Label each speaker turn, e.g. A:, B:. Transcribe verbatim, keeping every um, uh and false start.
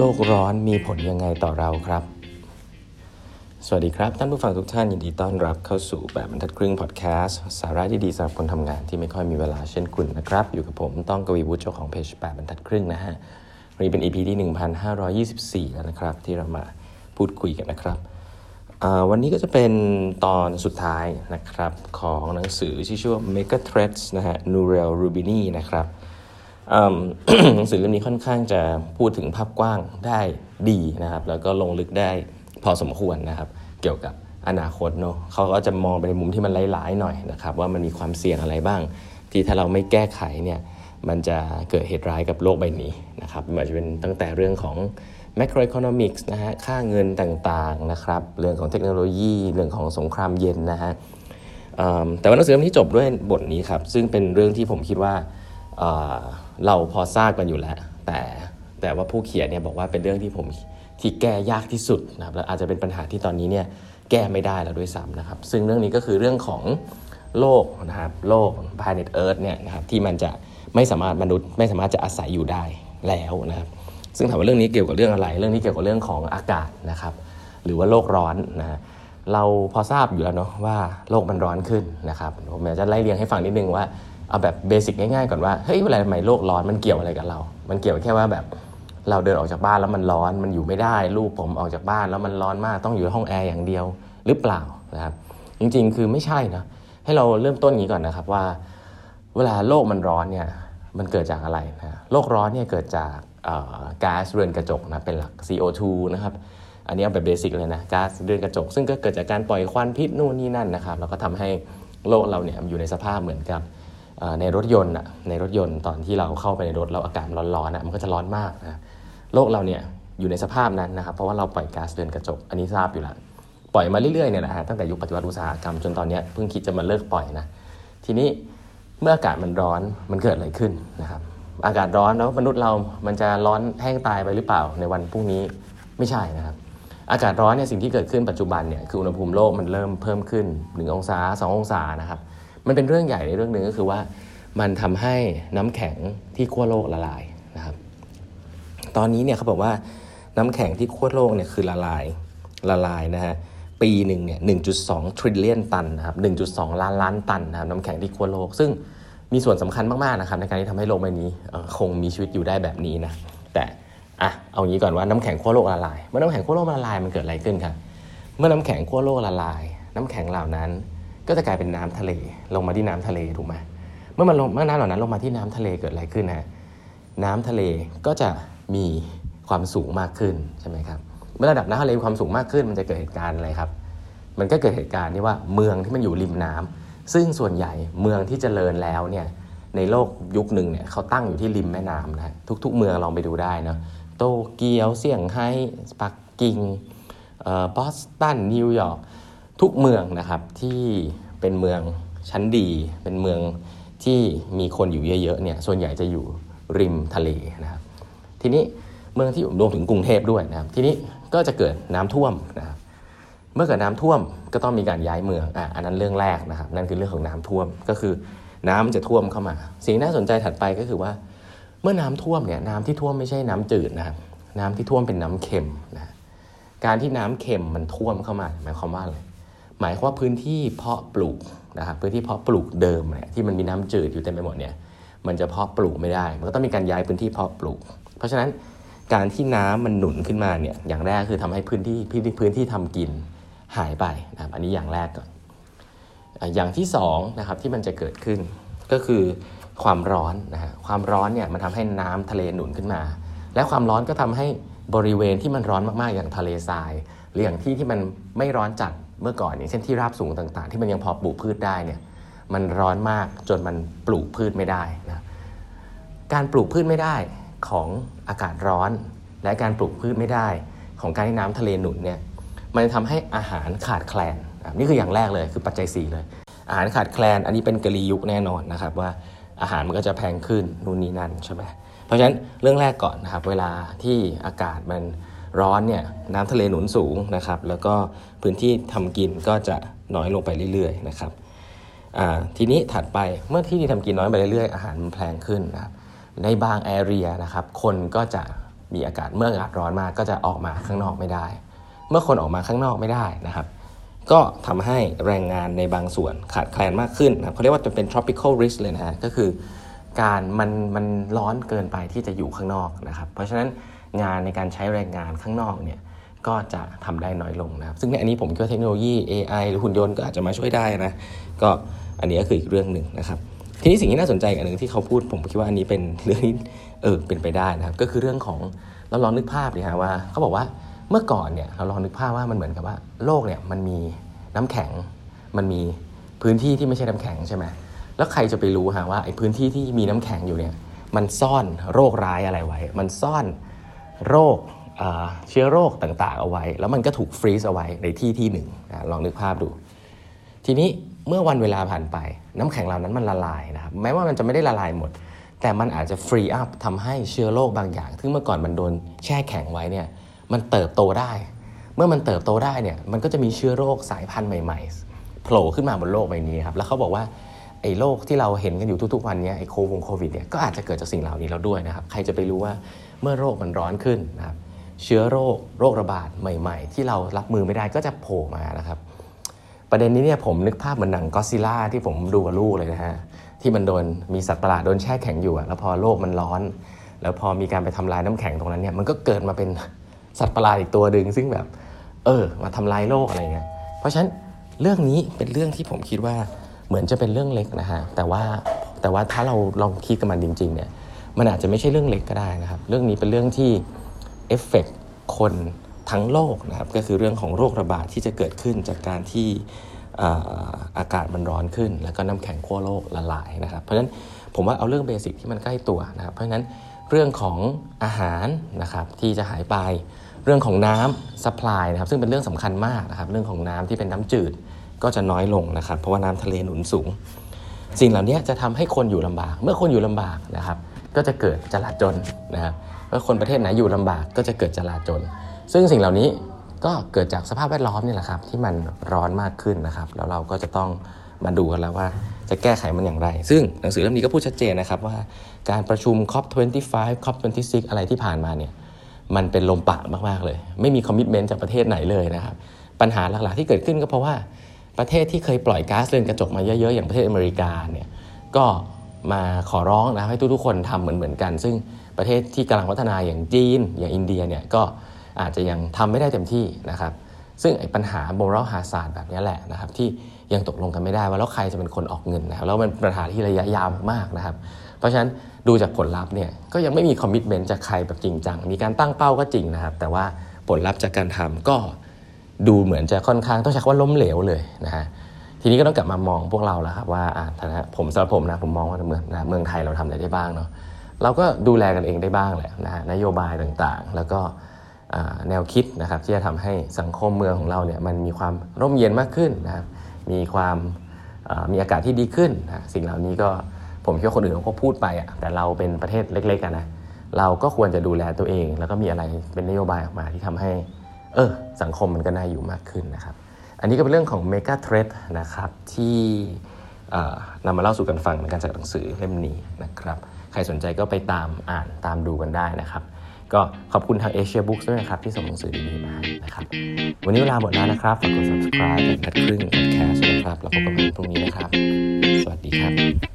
A: โลกร้อนมีผลยังไงต่อเราครับสวัสดีครับท่านผู้ฟังทุกท่านยินดีต้อนรับเข้าสู่แบบบรรทัดครึ่งพอดแคสต์สาระดีๆสำหรับคนทำงานที่ไม่ค่อยมีเวลาเช่นคุณนะครับอยู่กับผมต้องกวีวุฒิเจ้าของเพจแปดบรรทัดครึ่งนะฮะวันนี้เป็น อี พี ที่ หนึ่งพันห้าร้อยยี่สิบสี่ แล้วนะครับที่เรามาพูดคุยกันนะครับวันนี้ก็จะเป็นตอนสุดท้ายนะครับของหนังสือที่ชื่อว่า Mega Threats นะฮะ Nouriel Roubini นะครับหนังสือเล่มนี้ค่อนข้างจะพูดถึงภาพกว้างได้ดีนะครับแล้วก็ลงลึกได้พอสมควรนะครับเกี่ยวกับอนาคตเนาะเขาก็จะมองไปในมุมที่มันหลายๆหน่อยนะครับว่ามันมีความเสี่ยงอะไรบ้างที่ถ้าเราไม่แก้ไขเนี่ยมันจะเกิดเหตุร้ายกับโลกใบนี้นะครับไม่ว่าจะเป็นตั้งแต่เรื่องของ macroeconomics นะฮะค่าเงินต่างๆนะครับเรื่องของเทคโนโลยีเรื่องของสงครามเย็นนะฮะแต่ว่าหนังสือเล่มนี้จบด้วยบทนี้ครับซึ่งเป็นเรื่องที่ผมคิดว่าเอ่อเราพอทราบกันอยู่แล้วแต่แต่ว่าผู้เขียนเนี่ยบอกว่าเป็นเรื่องที่ผมที่แก้ยากที่สุดนะครับและอาจจะเป็นปัญหาที่ตอนนี้เนี่ยแก้ไม่ได้แล้วด้วยซ้ำนะครับซึ่งเรื่องนี้ก็คือเรื่องของโลกนะครับโลก planet Earth เนี่ยนะครับที่มันจะไม่สามารถมนุษย์ไม่สามารถจะอาศัยอยู่ได้แล้วนะครับซึ่งถามว่าเรื่องนี้เกี่ยวกับเรื่องอะไรเรื่องนี้เกี่ยวกับเรื่องของอากาศนะครับหรือว่าโลกร้อนนะฮะเราพอทราบอยู่แล้วเนาะว่าโลกมันร้อนขึ้นนะครับผมอยากจะไล่เรียงให้ฟังนิดนึงว่าเอาแบบเบสิกง่ายๆก่อนว่าเฮ้ยเวลาทำไมโลกร้อนมันเกี่ยวอะไรกับเรามันเกี่ยวแค่ว่าแบบเราเดินออกจากบ้านแล้วมันร้อนมันอยู่ไม่ได้ลูกผมออกจากบ้านแล้วมันร้อนมากต้องอยู่ในห้องแอร์อย่างเดียวหรือเปล่านะครับจริงๆคือไม่ใช่นะให้เราเริ่มต้นอย่างนี้ก่อนนะครับว่าเวลาโลกมันร้อนเนี่ยมันเกิดจากอะไรนะโลกร้อนเนี่ยเกิดจากก๊าซเรือนกระจกนะเป็นหลัก ซี โอ ทู นะครับอันนี้เอาแบบเบสิกเลยนะก๊าซเรือนกระจกซึ่งก็เกิดจากการปล่อยควันพิษนู่นนี่นั่นนะครับแล้วก็ทำให้โลกเราเนี่ยอยู่ในสภาพเหมือนกับในรถยนต์อ่ะในรถยนต์ตอนที่เราเข้าไปในรถแล้วอากาศร้อนๆอ่ะมันก็จะร้อนมากนะโลกเราเนี่ยอยู่ในสภาพนั้นนะครับเพราะว่าเราปล่อยก๊าซเรือนกระจกอันนี้ทราบอยู่แล้วปล่อยมาเรื่อยๆเนี่ยนะฮะตั้งแต่ยุคปฏิวัติอุตสาหกรรมจนตอนนี้เพิ่งคิดจะมาเลิกปล่อยนะทีนี้เมื่ออากาศมันร้อนมันเกิดอะไรขึ้นนะครับอากาศร้อนแล้วมนุษย์เรามันจะร้อนแห้งตายไปหรือเปล่าในวันพรุ่งนี้ไม่ใช่นะครับอากาศร้อนเนี่ยสิ่งที่เกิดขึ้นปัจจุบันเนี่ยคืออุณหภูมิโลกมันเริ่มเพิ่มขึ้นหนึ่งองศาสององศานะครับมันเป็นเรื่องใหญ่ในเรื่องนึงก็คือว่ามันทำให้น้ำแข็งที่ขั้วโลกละลายนะครับตอนนี้เนี่ยเขาบอกว่าน้ำแข็งที่ขั้วโลกเนี่ยคือละลายละลายนะฮะปีหนึ่งเนี่ย หนึ่งจุดสอง trillion ตันนะครับ หนึ่งจุดสอง ล้านล้านตันนะครับน้ำแข็งที่ขั้วโลกซึ่งมีส่วนสำคัญมากๆนะครับในการที่ทำให้โลกใบนี้คงมีชีวิตอยู่ได้แบบนี้นะแต่อ่ะเอางี้ก่อนว่าน้ำแข็งขั้วโลกละลายเมื่อน้ำแข็งขั้วโลกละลายมันเกิดอะไรขึ้นครับเมื่อน้ำแข็งขั้วโลกละลายน้ำแข็งเหล่านั้นก็จะกลายเป็นน้ำทะเลลงมาที่น้ำทะเลถูกไหมเมื่อมันลงเมื่อน้ำเหล่านั้นลงมาที่น้ำทะเลเกิดอะไรขึ้นนะน้ำทะเลก็จะมีความสูงมากขึ้นใช่ไหมครับเมื่อระดับน้ำทะเลมีความสูงมากขึ้นมันจะเกิดเหตุการณ์อะไรครับมันก็เกิดเหตุการณ์ที่ว่าเมืองที่มันอยู่ริมน้ำซึ่งส่วนใหญ่เมืองที่เจริญแล้วเนี่ยในโลกยุคหนึ่งเนี่ยเขาตั้งอยู่ที่ริมแม่น้ำนะทุกๆเมืองลองไปดูได้นะโตเกียวเซี่ยงไฮ้ปักกิ่งเอ่อบอสตันนิวยอร์กทุกเมืองนะครับที่เป็นเมืองชั้นดีเป็นเมืองที่มีคนอยู่เยอะๆเนี่ยส่วนใหญ่จะอยู่ริมทะเลนะครับทีนี้เมืองที่รวมถึงกรุงเทพด้วยนะครับทีนี้ก็จะเกิดน้ำท่วมนะครับเมื่อเกิดน้ำท่วมก็ต้องมีการย้ายเมืองอ่ะอันนั้นเรื่องแรกนะครับนั่นคือเรื่องของน้ำท่วมก็คือน้ำจะท่วมเข้ามาสิ่งน่าสนใจถัดไปก็คือว่าเมื่อน้ำท่วมเนี่ยน้ำที่ท่วมไม่ใช่น้ำจืดนะครับน้ำที่ท่วมเป็นน้ำเค็มนะการที่น้ำเค็มมันท่วมเข้ามาหมายความว่าอะไรหมายความว่าพื้นที่เพาะปลูกนะครับพื้นที่เพาะปลูกเดิมเนี่ยที่มันมีน้ำจืดอยู่เต็มไปหมดเนี่ยมันจะเพาะปลูกไม่ได้มันก็ต้องมีการย้ายพื้นที่เพาะปลูกเพราะฉะนั้นการที่น้ำมันหนุนขึ้นมาเนี่ยอย่างแรกคือทำให้พื้นที่พื้นที่ทำกินหายไปนะครับอันนี้อย่างแรกก่อนอย่างที่สองนะครับที่มันจะเกิดขึ้นก็คือความร้อนนะฮะความร้อนเนี่ยมันทำให้น้ำทะเลหนุนขึ้นมาและความร้อนก็ทำให้บริเวณที่มันร้อนมากๆอย่างทะเลทรายหรืออย่างที่ที่มันไม่ร้อนจัดเมื่อก่อนอย่างเช่นที่ราบสูงต่างๆที่มันยังพอปลูกพืชได้เนี่ยมันร้อนมากจนมันปลูกพืชไม่ได้นะการปลูกพืชไม่ได้ของอากาศร้อนและการปลูกพืชไม่ได้ของการที่น้ำทะเลหนุนเนี่ยมันทำให้อาหารขาดแคลนนี่คืออย่างแรกเลยคือปัจจัยสี่เลยอาหารขาดแคลนอันนี้เป็นกลียุคแน่นอนนะครับว่าอาหารมันก็จะแพงขึ้นนู่นนี่นั่นใช่ไหมเพราะฉะนั้นเรื่องแรกก่อนนะครับเวลาที่อากาศมันร้อนเนี่ยน้ำทะเลหนุนสูงนะครับแล้วก็พื้นที่ทำกินก็จะน้อยลงไปเรื่อยๆนะครับทีนี้ถัดไปเมื่อที่ทำกินน้อยไปเรื่อยๆอาหารมันแพงขึ้นนะครับในบางแอเรียนะครับคนก็จะมีอากาศเมื่ออากาศร้อนมากก็จะออกมาข้างนอกไม่ได้เมื่อคนออกมาข้างนอกไม่ได้นะครับก็ทำให้แรงงานในบางส่วนขาดแคลนมากขึ้นนะเขาเรียกว่าจะเป็น tropical risk เลยนะฮะก็คือการมันมันร้อนเกินไปที่จะอยู่ข้างนอกนะครับเพราะฉะนั้นงานในการใช้แรงงานข้างนอกเนี่ยก็จะทำได้น้อยลงนะครับซึ่งในอันนี้ผมคิดว่าเทคโนโลยี เอ ไอ หรือหุ่นยนต์ก็อาจจะมาช่วยได้นะก็อันนี้ก็คืออีกเรื่องหนึ่งนะครับทีนี้สิ่งที่น่าสนใจอันหนึ่งที่เขาพูดผมคิดว่าอันนี้เป็นเรื่องที่เออเป็นไปได้นะครับก็คือเรื่องของเราลองนึกภาพดิฮะว่าเขาบอกว่าเมื่อก่อนเนี่ยเราลองนึกภาพว่ามันเหมือนกับว่าโลกเนี่ยมันมีน้ำแข็งมันมีพื้นที่ที่ไม่ใช่น้ำแข็งใช่ไหมแล้วใครจะไปรู้ฮะว่าไอ้พื้นที่ที่มีน้ำแข็งอยู่เนี่ยมันซ่อนโรคร้ายอะไรไว้มันซ่อนโรคเชื้อโรคต่างๆเอาไว้แล้วมันก็ถูกฟรีซเอาไว้ในที่ที่หนึ่งนะลองนึกภาพดูทีนี้เมื่อวันเวลาผ่านไปน้ำแข็งเหล่านั้นมันละลายนะครับแม้ว่ามันจะไม่ได้ละลายหมดแต่มันอาจจะฟรีอัพทำให้เชื้อโรคบางอย่างซึ่งเมื่อก่อนมันโดนแช่แข็งไว้เนี่ยมันเติบโตได้เมื่อมันเติบโตได้เนี่ยมันก็จะมีเชื้อโรคสายพันธุ์ใหม่ๆโผล่ขึ้นมาบนโลกใบนี้ครับแล้วเขาบอกว่าไอ้โรคที่เราเห็นกันอยู่ทุกๆวันนี้ไอ้โควงโควิดเนี่ยก็อาจจะเกิดจากสิ่งเหล่านี้แล้วด้วยนะครับใครจะไปรู้ว่าเมื่อโรคมันร้อนขึ้นนะครับเชื้อโรคโรคระบาดใหม่ๆที่เรารับมือไม่ได้ก็จะโผล่มานะครับประเด็นนี้เนี่ยผมนึกภาพเหมือนหนังก็อดซิลล่าที่ผมดูกับลูกเลยนะฮะที่มันโดนมีสัตว์ประหลาดโดนแช่แข็งอยู่แล้วพอโลกมันร้อนแล้วพอมีการไปทำลายน้ำแข็งตรงนั้นเนี่ยมันก็เกิดมาเป็นสัตว์ประหลาดอีกตัวนึงซึ่งแบบเออมาทำลายโลกอะไรเงี้ยเพราะฉะนั้นเรื่องนี้เป็นเรื่องที่ผมคิดว่าเหมือนจะเป็นเรื่องเล็กนะฮะแต่ว่าแต่ว่าถ้าเราลองคิดกับมันจริงๆเนี่ยมันอาจจะไม่ใช่เรื่องเล็กก็ได้นะครับเรื่องนี้เป็นเรื่องที่เอฟเฟกต์คนทั้งโลกนะครับก็คือเรื่องของโรคระบาดที่จะเกิดขึ้นจากการที่อากาศมันร้อนขึ้นแล้วก็น้ำแข็งขั้วโลกละลายนะครับเพราะฉะนั้นผมว่าเอาเรื่องเบสิกที่มันใกล้ตัวนะครับเพราะฉะนั้นเรื่องของอาหารนะครับที่จะหายไปเรื่องของน้ำซัพพลายนะครับซึ่งเป็นเรื่องสำคัญมากนะครับเรื่องของน้ำที่เป็นน้ำจืดก็จะน้อยลงนะครับเพราะว่าน้ำทะเลหนุนสูงสิ่งเหล่านี้จะทำให้คนอยู่ลำบากเมื่อคนอยู่ลำบากนะครับก็จะเกิดจลาจลนะครับเมื่อคนประเทศไหนอยู่ลำบากก็จะเกิดจลาจลซึ่งสิ่งเหล่านี้ก็เกิดจากสภาพแวดล้อมนี่แหละครับที่มันร้อนมากขึ้นนะครับแล้วเราก็จะต้องมาดูกันแล้วว่าจะแก้ไขมันอย่างไรซึ่งหนังสือเล่มนี้ก็พูดชัดเจนนะครับว่าการประชุม ซี โอ พี ยี่สิบห้า ซี โอ พี ยี่สิบหก อะไรที่ผ่านมาเนี่ยมันเป็นลมปากมากๆเลยไม่มีคอมมิตเมนต์จากประเทศไหนเลยนะครับปัญหาหลักๆที่เกิดขึ้นก็เพราะว่าประเทศที่เคยปล่อยก๊าซเรือนกระจกมาเยอะๆอย่างประเทศอเมริกาเนี่ยก็มาขอร้องนะให้ทุกๆคนทำเหมือนๆกันซึ่งประเทศที่กำลังพัฒนาอย่างจีนอย่างอินเดียเนี่ยก็อาจจะยังทำไม่ได้เต็มที่นะครับซึ่งไอ้ปัญหา moral hazard แบบนี้แหละนะครับที่ยังตกลงกันไม่ได้ว่าแล้วใครจะเป็นคนออกเงินนะครับแล้วมันเป็นปัญหาที่ระยะยาวมากนะครับเพราะฉะนั้นดูจากผลลัพธ์เนี่ยก็ยังไม่มีคอมมิตเมนต์จากใครแบบจริงจังมีการตั้งเป้าก็จริงนะครับแต่ว่าผลลัพธ์จากการทำก็ดูเหมือนจะค่อนข้างต้องใช้คำว่าล้มเหลวเลยนะฮะทีนี้ก็ต้องกลับมามองพวกเราแล้วครับว่าอ่านะผมสำหรับผมนะผมมองว่าเมืองนะเมืองไทยเราทำอะไรได้บ้างเนาะเราก็ดูแลกันเองได้บ้างแหละนะฮะนโยบายต่างๆแล้วก็แนวคิดนะครับที่จะทำให้สังคมเมืองของเราเนี่ยมันมีความร่มเย็นมากขึ้นนะครับมีความมีอากาศที่ดีขึ้นนะสิ่งเหล่านี้ก็ผมคิดว่าคนอื่นเขาก็พูดไปอ่ะแต่เราเป็นประเทศเล็กๆกันนะเราก็ควรจะดูแลตัวเองแล้วก็มีอะไรเป็นนโยบายออกมาที่ทำให้เออสังคมมันก็น่าอยู่มากขึ้นนะครับอันนี้ก็เป็นเรื่องของ Mega Threat นะครับที่นำมาเล่าสู่กันฟังในการจากหนังสือเล่มนี้นะครับใครสนใจก็ไปตามอ่านตามดูกันได้นะครับก็ขอบคุณทาง Asia Books ด้วยนะครับที่ส่งหนังสือดีๆมานะครับวันนี้เวลาหมดแล้วนะครับฝากกด subscribe กับนัดครึ่ง podcast นะครับแล้วพบกันใหม่พรุ่งนี้นะครับสวัสดีครับ